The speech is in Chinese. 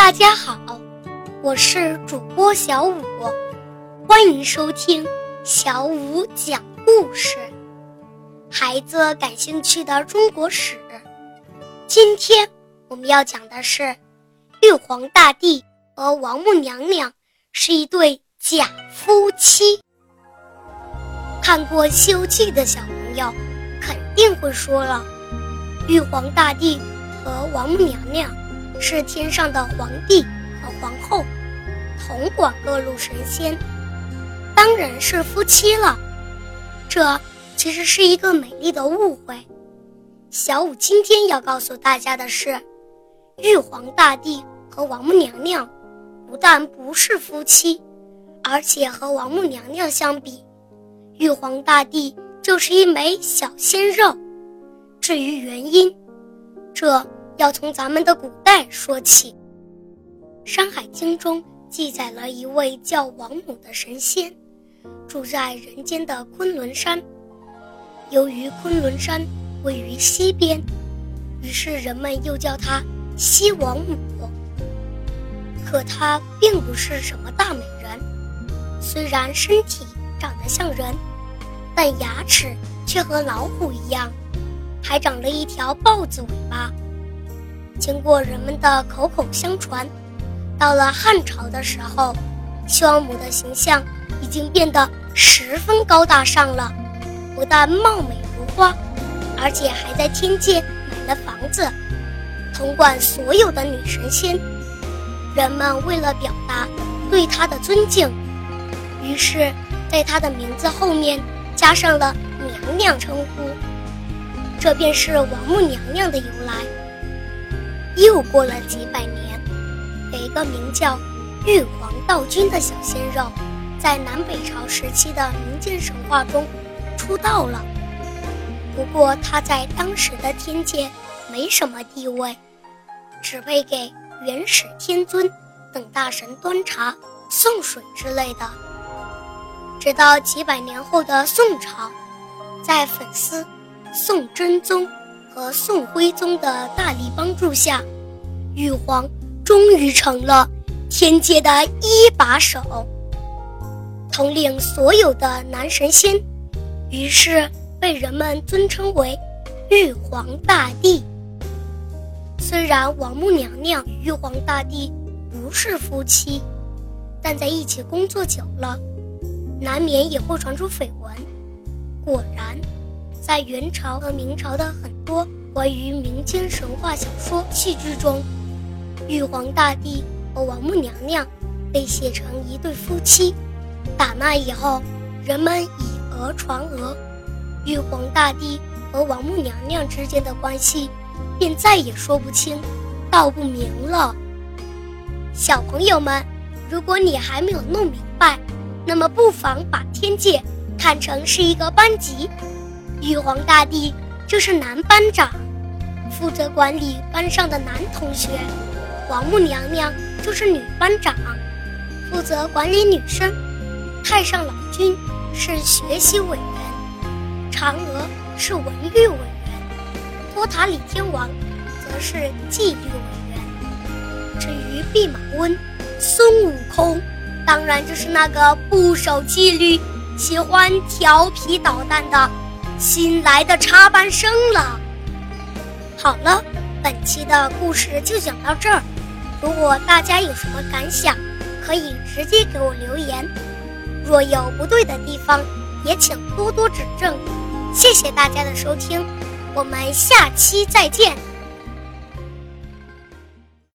大家好，我是主播小五，欢迎收听小五讲故事。孩子感兴趣的中国史，今天我们要讲的是玉皇大帝和王母娘娘是一对假夫妻。看过《西游记》的小朋友肯定会说了，玉皇大帝和王母娘娘是天上的皇帝和皇后，统管各路神仙，当然是夫妻了。这其实是一个美丽的误会。小五今天要告诉大家的是，玉皇大帝和王母娘娘不但不是夫妻，而且和王母娘娘相比，玉皇大帝就是一枚小鲜肉。至于原因，这要从咱们的古代说起。山海经中记载了一位叫王母的神仙，住在人间的昆仑山。由于昆仑山位于西边，于是人们又叫她西王母。可她并不是什么大美人，虽然身体长得像人，但牙齿却和老虎一样，还长了一条豹子尾巴。经过人们的口口相传，到了汉朝的时候，西王母的形象已经变得十分高大上了，不但貌美如花，而且还在天界买了房子，统管所有的女神仙。人们为了表达对她的尊敬，于是在她的名字后面加上了娘娘称呼，这便是王母娘娘的由来。又过了几百年，有一个名叫玉皇道君的小鲜肉，在南北朝时期的民间神话中出道了。不过他在当时的天界没什么地位，只配给元始天尊等大神端茶送水之类的。直到几百年后的宋朝，在粉丝宋真宗和宋徽宗的大力帮助下，玉皇终于成了天界的一把手，统领所有的男神仙，于是被人们尊称为玉皇大帝。虽然王母娘娘与玉皇大帝不是夫妻，但在一起工作久了，难免也会传出绯闻。果然，在元朝和明朝的很多关于民间神话小说戏剧中，玉皇大帝和王母娘娘被写成一对夫妻。打那以后，人们以讹传讹，玉皇大帝和王母娘娘之间的关系便再也说不清道不明了。小朋友们，如果你还没有弄明白，那么不妨把天界看成是一个班级，玉皇大帝就是男班长，负责管理班上的男同学；王母娘娘就是女班长，负责管理女生；太上老君是学习委员，嫦娥是文娱委员，托塔李天王则是纪律委员。至于弼马温、孙悟空，当然就是那个不守纪律、喜欢调皮捣蛋的新来的插班生了。好了，本期的故事就讲到这儿。如果大家有什么感想，可以直接给我留言，若有不对的地方，也请多多指正。谢谢大家的收听，我们下期再见。